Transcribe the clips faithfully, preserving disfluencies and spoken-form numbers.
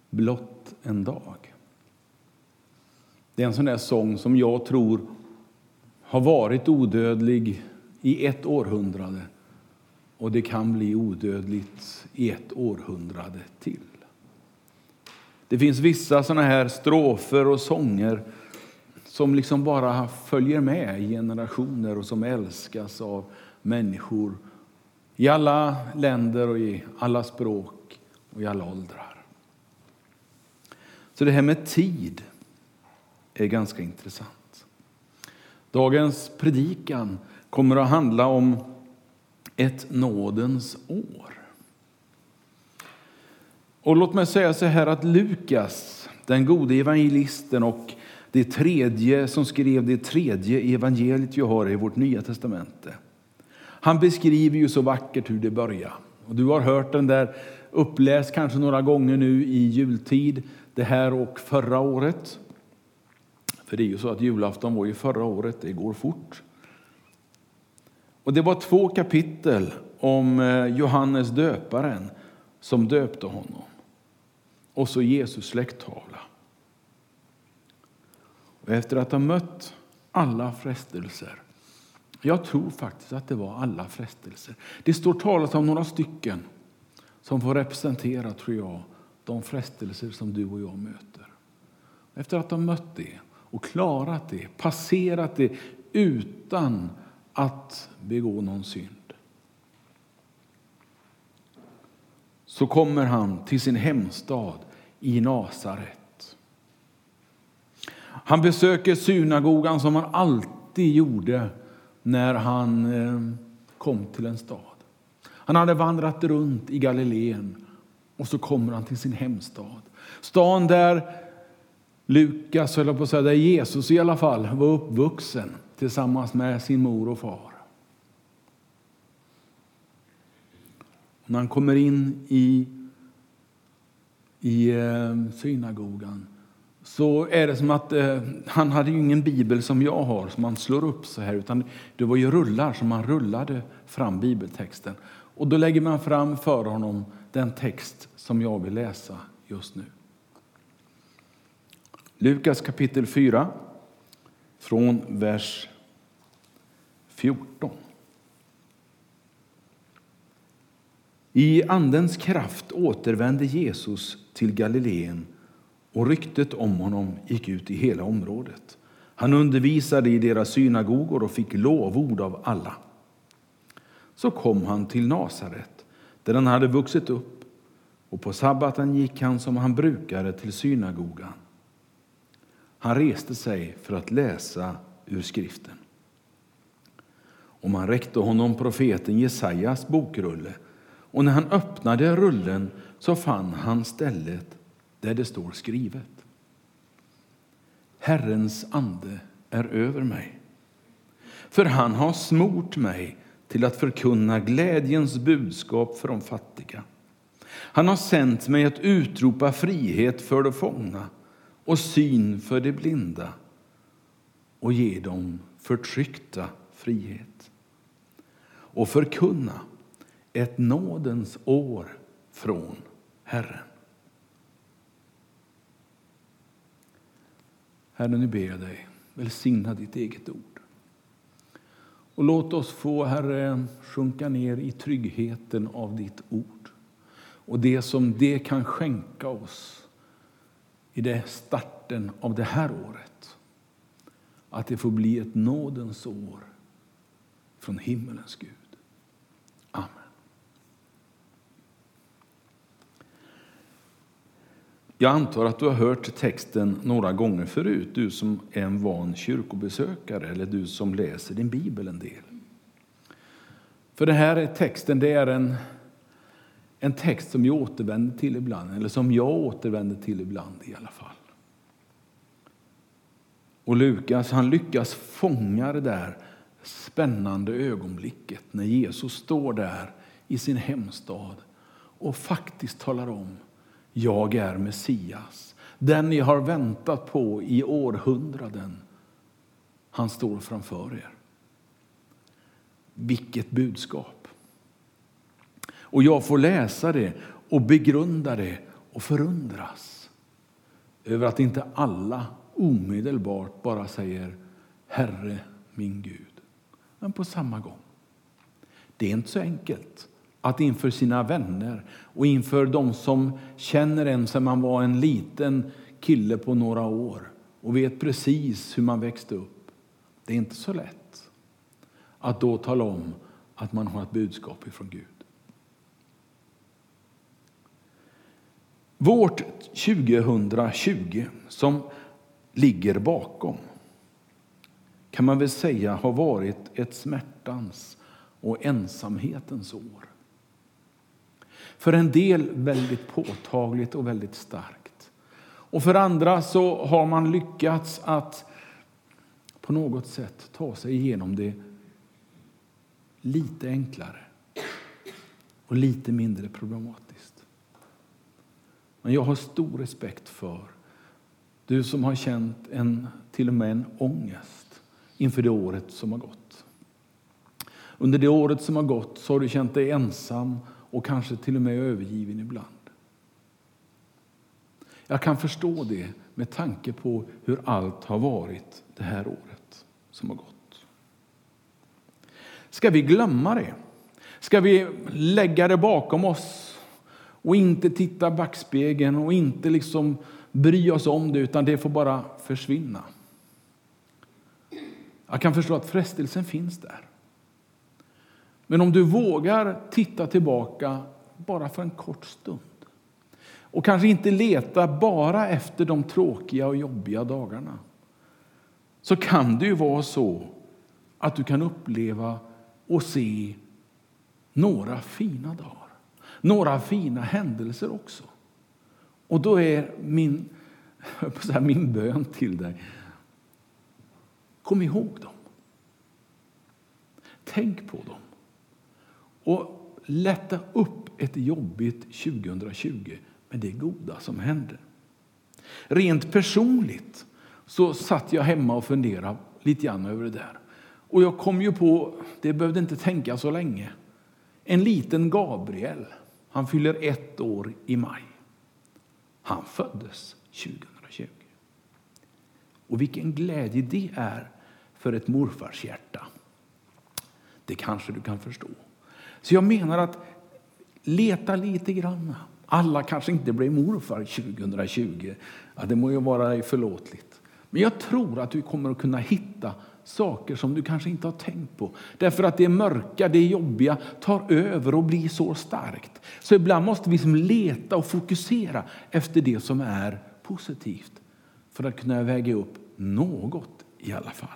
blott en dag. Det är en sån där sång som jag tror har varit odödlig i ett århundrade. Och det kan bli odödligt i ett århundrade till. Det finns vissa såna här strofer och sånger som liksom bara följer med i generationer och som älskas av människor i alla länder och i alla språk och i alla åldrar. Så det här med tid är ganska intressant. Dagens predikan kommer att handla om ett nådens år. Och låt mig säga så här att Lukas, den gode evangelisten och det tredje som skrev det tredje evangeliet vi har i vårt nya testamente. Han beskriver ju så vackert hur det börjar. Och du har hört den där uppläst kanske några gånger nu i jultid, det här och förra året. För det är ju så att julafton var ju förra året, det går fort. Och det var två kapitel om Johannes döparen som döpte honom. Och så Jesus släkttavla. Och efter att ha mött alla frestelser. Jag tror faktiskt att det var alla frestelser. Det står talat om några stycken som får representera, tror jag, de frestelser som du och jag möter. Efter att ha mött det och klarat det, passerat det utan att begå någon synd. Så kommer han till sin hemstad i Nasaret. Han besöker synagogan som han alltid gjorde när han kom till en stad. Han hade vandrat runt i Galileen och så kommer han till sin hemstad. Stan där Lukas, eller på att säga, där Jesus i alla fall var uppvuxen tillsammans med sin mor och far. När han kommer in i, i synagogan så är det som att eh, han hade ju ingen bibel som jag har som man slår upp så här, utan det var ju rullar som man rullade fram bibeltexten. Och då lägger man fram för honom den text som jag vill läsa just nu. Lukas kapitel fyra från vers fjorton. I andens kraft återvände Jesus till Galileen och ryktet om honom gick ut i hela området. Han undervisade i deras synagogor och fick lovord av alla. Så kom han till Nasaret där han hade vuxit upp, och på sabbaten gick han som han brukade till synagogan. Han reste sig för att läsa ur skriften. Och man räckte honom profeten Jesajas bokrulle, och när han öppnade rullen så fann han stället där det står skrivet: Herrens ande är över mig, för han har smort mig till att förkunna glädjens budskap för de fattiga. Han har sänt mig att utropa frihet för de fångna och syn för de blinda och ge dem förtryckta frihet. Och förkunna ett nådens år från Herren. Herre, nu ber jag dig, välsigna ditt eget ord. Och låt oss få, Herre, sjunka ner i tryggheten av ditt ord. Och det som det kan skänka oss i det starten av det här året. Att det får bli ett nådens år från himmelens Gud. Amen. Jag antar att du har hört texten några gånger förut, du som är en van kyrkobesökare eller du som läser din bibel en del. För den här texten, det är en, en text som jag återvänder till ibland, eller som jag återvänder till ibland i alla fall. Och Lukas, han lyckas fånga det där spännande ögonblicket när Jesus står där i sin hemstad och faktiskt talar om: jag är Messias, den ni har väntat på i århundraden. Han står framför er. Vilket budskap! Och jag får läsa det och begrunda det och förundras. över att inte alla omedelbart bara säger Herre min Gud. Men på samma gång. Det är inte så enkelt att inför sina vänner och inför de som känner en som man var en liten kille på några år och vet precis hur man växte upp. Det är inte så lätt att då tala om att man har ett budskap ifrån Gud. Vårt tjugohundratjugo som ligger bakom kan man väl säga har varit ett smärtans och ensamhetens år. För en del väldigt påtagligt och väldigt starkt. Och för andra så har man lyckats att på något sätt ta sig igenom det lite enklare och lite mindre problematiskt. Men jag har stor respekt för du som har känt en, till och med en ångest inför det året som har gått. Under det året som har gått så har du känt dig ensam och kanske till och med övergiven ibland. Jag kan förstå det med tanke på hur allt har varit det här året som har gått. Ska vi glömma det? Ska vi lägga det bakom oss och inte titta backspegeln och inte liksom bry oss om det, utan det får bara försvinna? Jag kan förstå att frestelsen finns där. Men om du vågar titta tillbaka bara för en kort stund och kanske inte leta bara efter de tråkiga och jobbiga dagarna, så kan det ju vara så att du kan uppleva och se några fina dagar. Några fina händelser också. Och då är min, så här, min bön till dig: kom ihåg dem. Tänk på dem. Och lätta upp ett jobbigt tjugohundratjugo med det goda som hände. Rent personligt så satt jag hemma och funderade lite grann över det där. Och jag kom ju på, det behövde inte tänka så länge. En liten Gabriel, han fyller ett år i maj. Han föddes tjugohundratjugo. Och vilken glädje det är för ett morfars hjärta. Det kanske du kan förstå. Så jag menar att leta lite grann. Alla kanske inte blir morfar tjugohundratjugo. Ja, det må ju vara förlåtligt. Men jag tror att du kommer att kunna hitta saker som du kanske inte har tänkt på. Därför att det mörka, det jobbiga tar över och blir så starkt. Så ibland måste vi som leta och fokusera efter det som är positivt. För att kunna väga upp något i alla fall.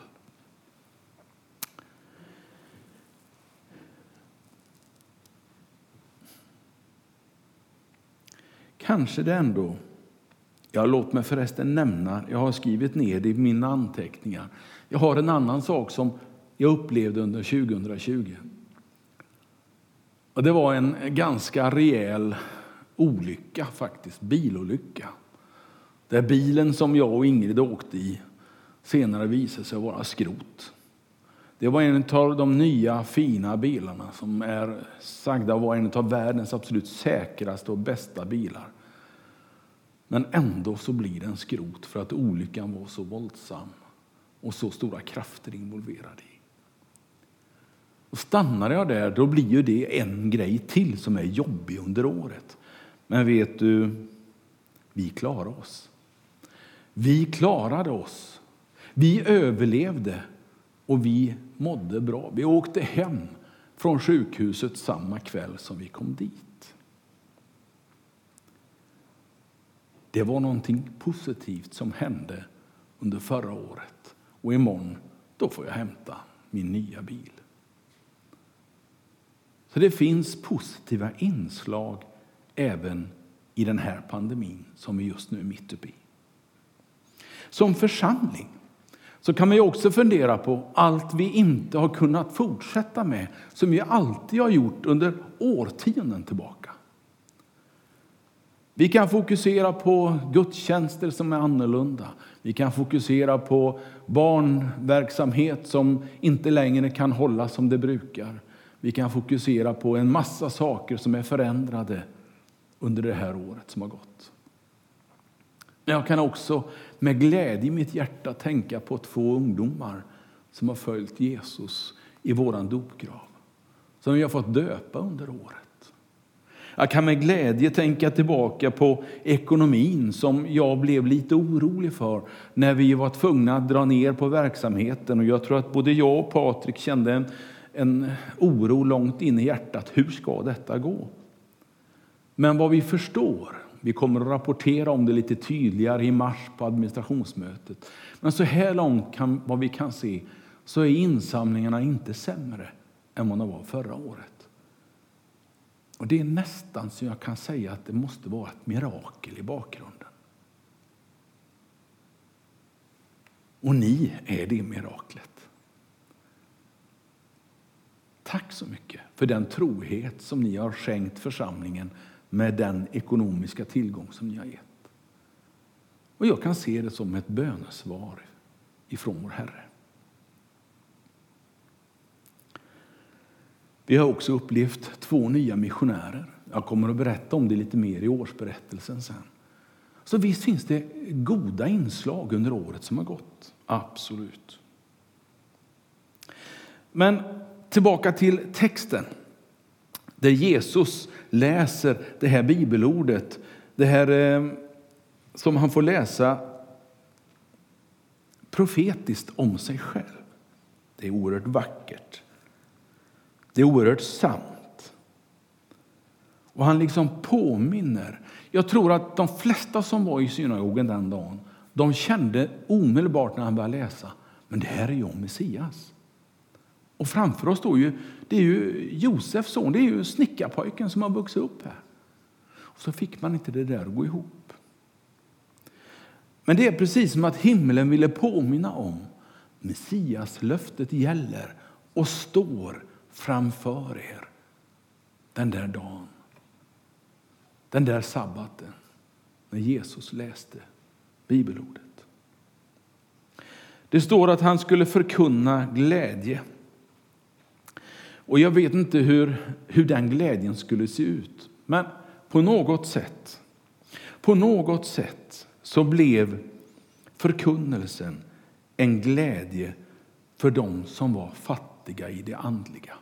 Kanske det ändå, ja, låt mig förresten nämna, jag har skrivit ner det i mina anteckningar. Jag har en annan sak som jag upplevde under tjugohundratjugo. Och det var en ganska rejäl olycka faktiskt, bilolycka. Där bilen som jag och Ingrid åkte i senare visade sig vara skrot. Det var en av de nya fina bilarna som är sagda vara en av världens absolut säkraste och bästa bilar. Men ändå så blir den skrot för att olyckan var så våldsam och så stora krafter involverade i. Och stannar jag där, då blir ju det en grej till som är jobbig under året. Men vet du, vi klarade oss. Vi klarade oss. Vi överlevde och vi mådde bra. Vi åkte hem från sjukhuset samma kväll som vi kom dit. Det var någonting positivt som hände under förra året. Och imorgon, då får jag hämta min nya bil. Så det finns positiva inslag även i den här pandemin som vi just nu är mitt uppe i. Som församling så kan man ju också fundera på allt vi inte har kunnat fortsätta med, som vi alltid har gjort under årtionden tillbaka. Vi kan fokusera på gudstjänster som är annorlunda. Vi kan fokusera på barnverksamhet som inte längre kan hålla som det brukar. Vi kan fokusera på en massa saker som är förändrade under det här året som har gått. Jag kan också med glädje i mitt hjärta tänka på två ungdomar som har följt Jesus i våran dopgrav, som vi har fått döpa under året. Jag kan med glädje tänka tillbaka på ekonomin som jag blev lite orolig för när vi var tvungna att dra ner på verksamheten. Och jag tror att både jag och Patrik kände en, en oro långt in i hjärtat. Hur ska detta gå? Men vad vi förstår, vi kommer att rapportera om det lite tydligare i mars på administrationsmötet. Men så här långt kan, vad vi kan se, så är insamlingarna inte sämre än vad de var förra året. Och det är nästan så jag kan säga att det måste vara ett mirakel i bakgrunden. Och ni är det miraklet. Tack så mycket för den trohet som ni har skänkt församlingen med den ekonomiska tillgång som ni har gett. Och jag kan se det som ett bönesvar ifrån vår Herre. Vi har också upplevt två nya missionärer. Jag kommer att berätta om det lite mer i årsberättelsen sen. Så visst finns det goda inslag under året som har gått. Absolut. Men tillbaka till texten. Där Jesus läser det här bibelordet. Det här eh, som han får läsa profetiskt om sig själv. Det är oerhört vackert. Det är oerhört sant. Och han liksom påminner. Jag tror att de flesta som var i synagogan den dagen, de kände omedelbart när han började läsa, men det här är ju Messias. Och framför oss står ju, det är ju Josefs son, det är ju snickarpojken som har vuxit upp här. Och så fick man inte det där att gå ihop. Men det är precis som att himlen ville påminna om Messias löftet gäller och står framför er den där dagen. Den där sabbaten när Jesus läste bibelordet. Det står att han skulle förkunna glädje. Och jag vet inte hur, hur den glädjen skulle se ut. Men på något sätt, på något sätt så blev förkunnelsen en glädje för dem som var fattiga i det andliga.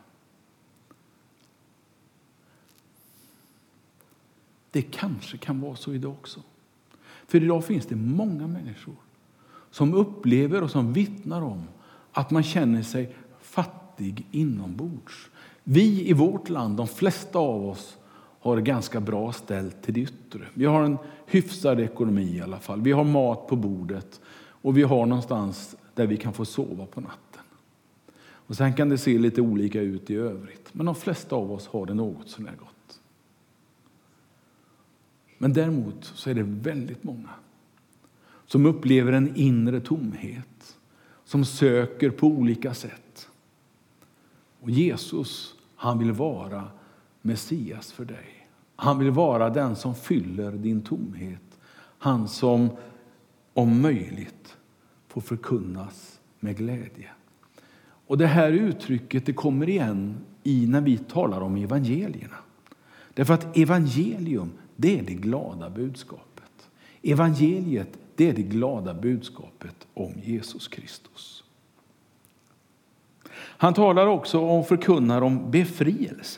Det kanske kan vara så idag också. För idag finns det många människor som upplever och som vittnar om att man känner sig fattig inombords. Vi i vårt land, de flesta av oss, har ganska bra ställt till det yttre. Vi har en hyfsad ekonomi i alla fall. Vi har mat på bordet och vi har någonstans där vi kan få sova på natten. Och sen kan det se lite olika ut i övrigt. Men de flesta av oss har det något som är gott. Men däremot så är det väldigt många som upplever en inre tomhet. Som söker på olika sätt. Och Jesus, han vill vara Messias för dig. Han vill vara den som fyller din tomhet. Han som om möjligt får förkunnas med glädje. Och det här uttrycket det kommer igen i när vi talar om evangelierna. Därför att evangelium, det är det glada budskapet. Evangeliet, det är det glada budskapet om Jesus Kristus. Han talar också om förkunnar om befrielse.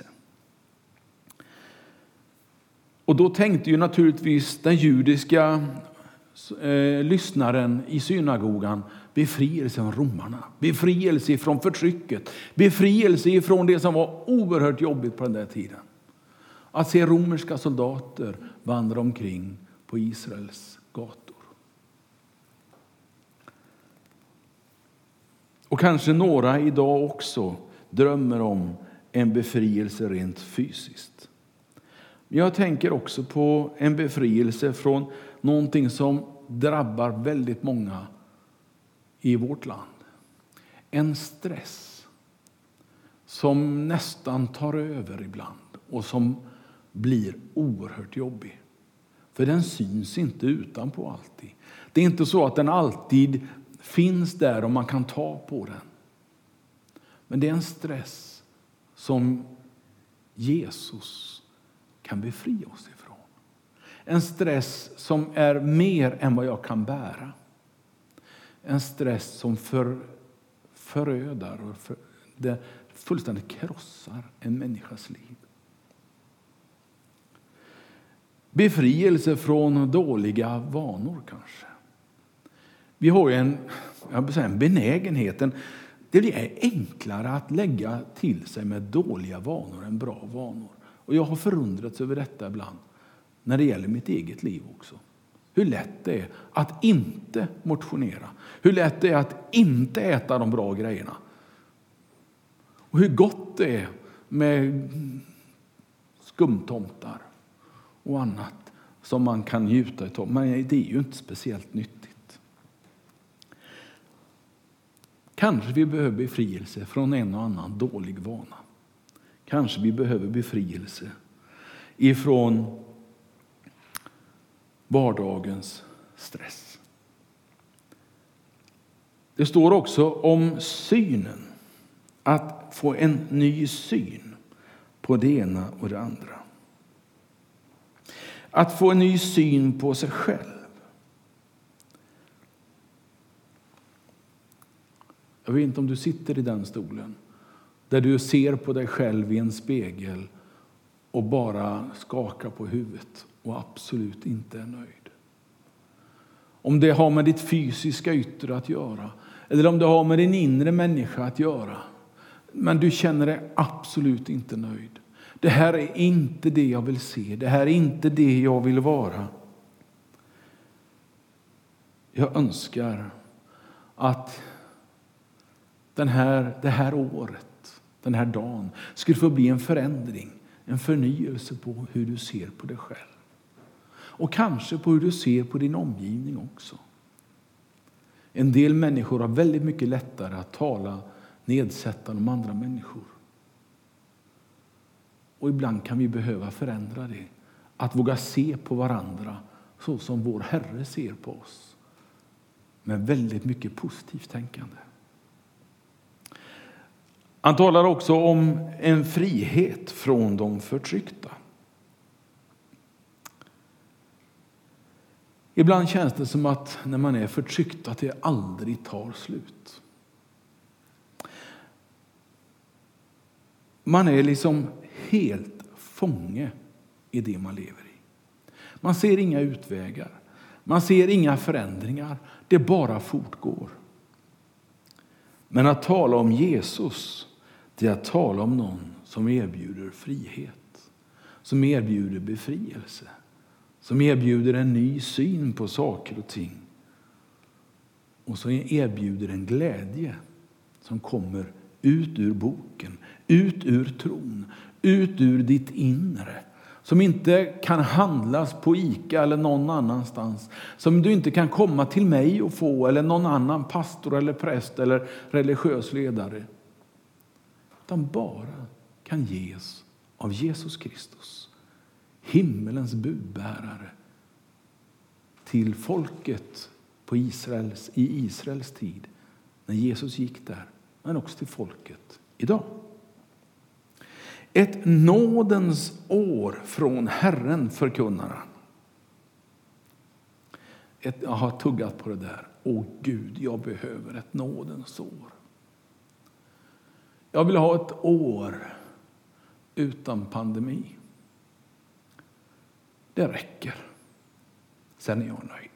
Och då tänkte ju naturligtvis den judiska eh, lyssnaren i synagogan befrielse från romarna. Befrielse från förtrycket. Befrielse från det som var oerhört jobbigt på den där tiden. Att se romerska soldater vandra omkring på Israels gator. Och kanske några idag också drömmer om en befrielse rent fysiskt. Men jag tänker också på en befrielse från någonting som drabbar väldigt många i vårt land. En stress som nästan tar över ibland och som blir oerhört jobbig. För den syns inte utanpå alltid. Det är inte så att den alltid finns där och man kan ta på den. Men det är en stress som Jesus kan befria oss ifrån. En stress som är mer än vad jag kan bära. En stress som för, förödar och för, det fullständigt krossar en människas liv. Befrielse från dåliga vanor kanske. Vi har ju en, jag vill säga en benägenhet. En, det blir enklare att lägga till sig med dåliga vanor än bra vanor. Och jag har förundrats över detta ibland. När det gäller mitt eget liv också. Hur lätt det är att inte motionera. Hur lätt det är att inte äta de bra grejerna. Och hur gott det är med skumtomtar och annat som man kan njuta av. Men det är ju inte speciellt nyttigt. Kanske vi behöver befrielse från en och annan dålig vana. Kanske vi behöver befrielse ifrån vardagens stress. Det står också om synen. Att få en ny syn på det ena och det andra. Att få en ny syn på sig själv. Jag vet inte om du sitter i den stolen. Där du ser på dig själv i en spegel. Och bara skakar på huvudet. Och absolut inte är nöjd. Om det har med ditt fysiska yttre att göra. Eller om det har med din inre människa att göra. Men du känner dig absolut inte nöjd. Det här är inte det jag vill se. Det här är inte det jag vill vara. Jag önskar att den här, det här året, den här dagen skulle få bli en förändring. En förnyelse på hur du ser på dig själv. Och kanske på hur du ser på din omgivning också. En del människor har väldigt mycket lättare att tala nedsättande om andra människor. Och ibland kan vi behöva förändra det. Att våga se på varandra så som vår Herre ser på oss. Med väldigt mycket positivt tänkande. Han talar också om en frihet från de förtryckta. Ibland känns det som att när man är förtryckt att det aldrig tar slut. Man är liksom helt fånge i det man lever i. Man ser inga utvägar. Man ser inga förändringar. Det bara fortgår. Men att tala om Jesus, det är att tala om någon som erbjuder frihet. Som erbjuder befrielse. Som erbjuder en ny syn på saker och ting. Och som erbjuder en glädje som kommer ut ur boken, ut ur tron, ut ur ditt inre. Som inte kan handlas på Ica eller någon annanstans. Som du inte kan komma till mig och få eller någon annan pastor eller präst eller religiös ledare. Utan bara kan ges av Jesus Kristus. Himmelens budbärare till folket på Israels, i Israels tid när Jesus gick där, men också till folket idag. Ett nådens år från Herren förkunnar han. Ett, jag har tuggat på det där. Åh Gud, jag behöver ett nådens år. Jag vill ha ett år utan pandemi. Det räcker. Sen är jag nöjd.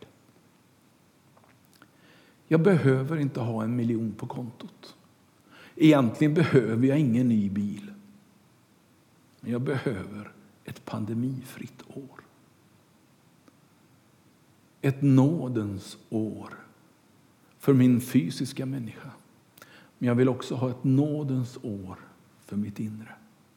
Jag behöver inte ha en miljon på kontot. Egentligen behöver jag ingen ny bil. Men jag behöver ett pandemifritt år. Ett nådens år för min fysiska människa. Men jag vill också ha ett nådens år för mitt inre.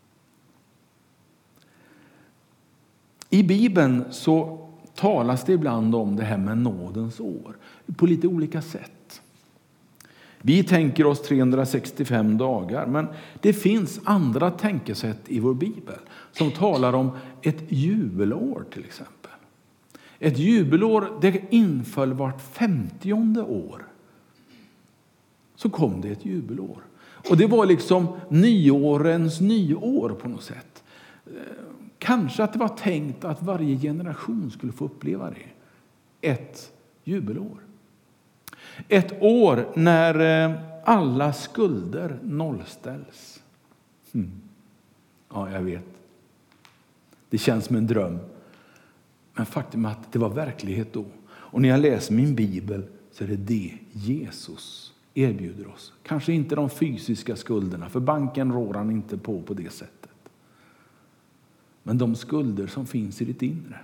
I Bibeln så talas det ibland om det här med nådens år på lite olika sätt. Vi tänker oss trehundrasextiofem dagar, men det finns andra tänkesätt i vår bibel som talar om ett jubelår till exempel. Ett jubelår, det inföll vart femtionde år. Så kom det ett jubelår. Och det var liksom nyårens nyår på något sätt. Kanske att det var tänkt att varje generation skulle få uppleva det. Ett jubelår. Ett år när alla skulder nollställs. Hmm. Ja, jag vet. Det känns som en dröm. Men faktum är att det var verklighet då. Och när jag läser min bibel så är det det Jesus erbjuder oss. Kanske inte de fysiska skulderna, för banken rår han inte på på det sättet. Men de skulder som finns i ditt inre.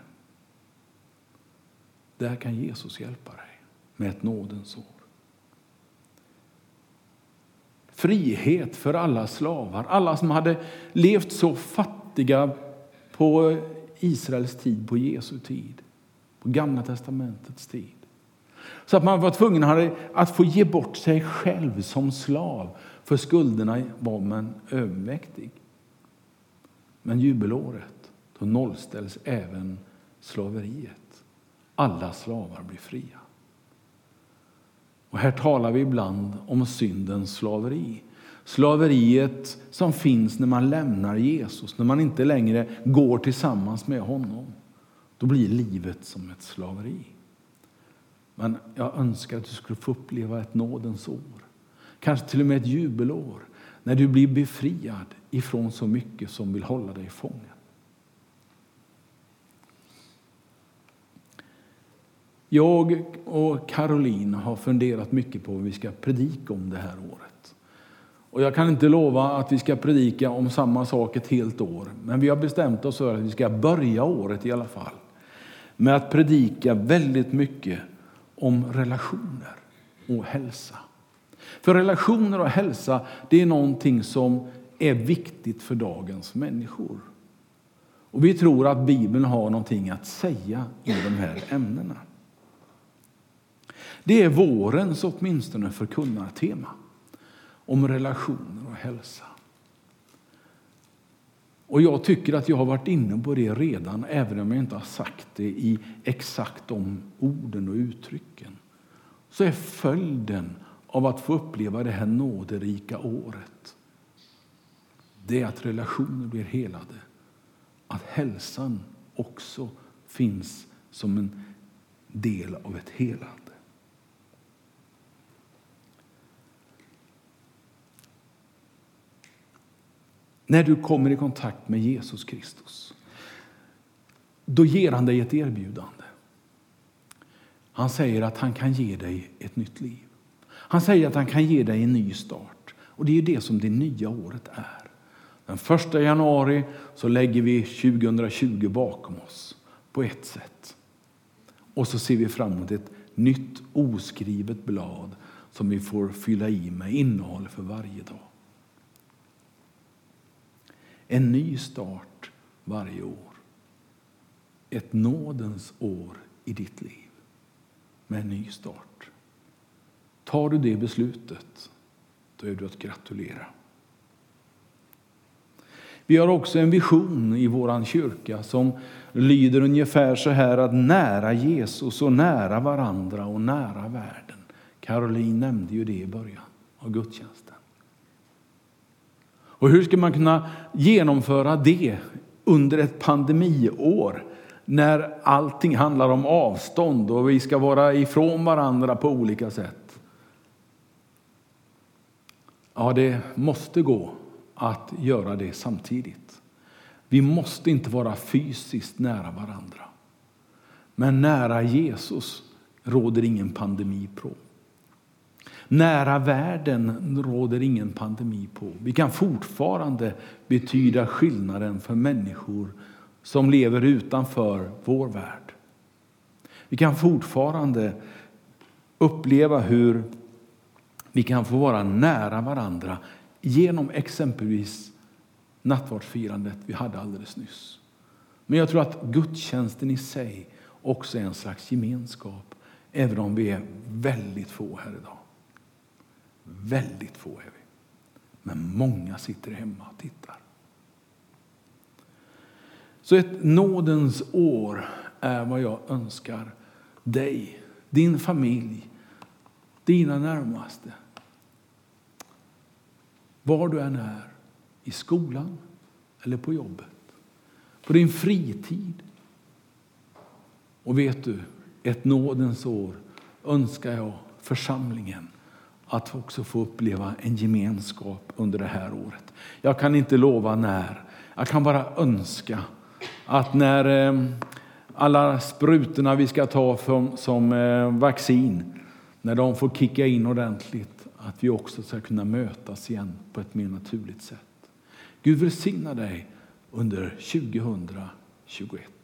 Där kan Jesus hjälpa dig med ett nådens år. Frihet för alla slavar. Alla som hade levt så fattiga på Israels tid, på Jesu tid. På Gamla testamentets tid. Så att man var tvungen att få ge bort sig själv som slav. För skulderna var man övermäktig. Men jubelåret, då nollställs även slaveriet. Alla slavar blir fria. Och här talar vi ibland om syndens slaveri. Slaveriet som finns när man lämnar Jesus. När man inte längre går tillsammans med honom. Då blir livet som ett slaveri. Men jag önskar att du skulle få uppleva ett nådens år. Kanske till och med ett jubelår. När du blir befriad ifrån så mycket som vill hålla dig fången. Jag och Caroline har funderat mycket på vad vi ska predika om det här året. Och jag kan inte lova att vi ska predika om samma sak ett helt år. Men vi har bestämt oss för att vi ska börja året i alla fall. Med att predika väldigt mycket om relationer och hälsa. För relationer och hälsa, det är någonting som är viktigt för dagens människor. Och vi tror att Bibeln har någonting att säga i de här ämnena. Det är vårens åtminstone förkunnartema om relationer och hälsa. Och jag tycker att jag har varit inne på det redan, även om jag inte har sagt det i exakt de orden och uttrycken. Så är följden av att få uppleva det här nåderika året, det är att relationer blir helade. Att hälsan också finns som en del av ett helande. När du kommer i kontakt med Jesus Kristus, då ger han dig ett erbjudande. Han säger att han kan ge dig ett nytt liv. Han säger att han kan ge dig en ny start. Och det är det som det nya året är. Den första januari så lägger vi tjugohundratjugo bakom oss på ett sätt. Och så ser vi fram emot ett nytt oskrivet blad som vi får fylla i med innehåll för varje dag. En ny start varje år. Ett nådens år i ditt liv. Med en ny start. Tar du det beslutet, då är du att gratulera. Vi har också en vision i våran kyrka som lyder ungefär så här: att nära Jesus och nära varandra och nära världen. Caroline nämnde ju det i början av gudstjänsten. Och hur ska man kunna genomföra det under ett pandemiår när allting handlar om avstånd och vi ska vara ifrån varandra på olika sätt? Ja, det måste gå att göra det samtidigt. Vi måste inte vara fysiskt nära varandra. Men nära Jesus råder ingen pandemi på. Nära världen råder ingen pandemi på. Vi kan fortfarande betyda skillnaden för människor som lever utanför vår värld. Vi kan fortfarande uppleva hur vi kan få vara nära varandra genom exempelvis nattvardsfirandet vi hade alldeles nyss. Men jag tror att gudstjänsten i sig också är en slags gemenskap, även om vi är väldigt få här idag. Väldigt få är vi. Men många sitter hemma och tittar. Så ett nådens år är vad jag önskar dig, din familj, dina närmaste. Var du än är, i skolan eller på jobbet. på din fritid. Och vet du, ett nådens år önskar jag församlingen att också få uppleva en gemenskap under det här året. Jag kan inte lova när. Jag kan bara önska att när eh, alla sprutorna vi ska ta som, som eh, vaccin, när de får kicka in ordentligt, att vi också ska kunna mötas igen på ett mer naturligt sätt. Gud välsigna dig under tjugohundratjugoett.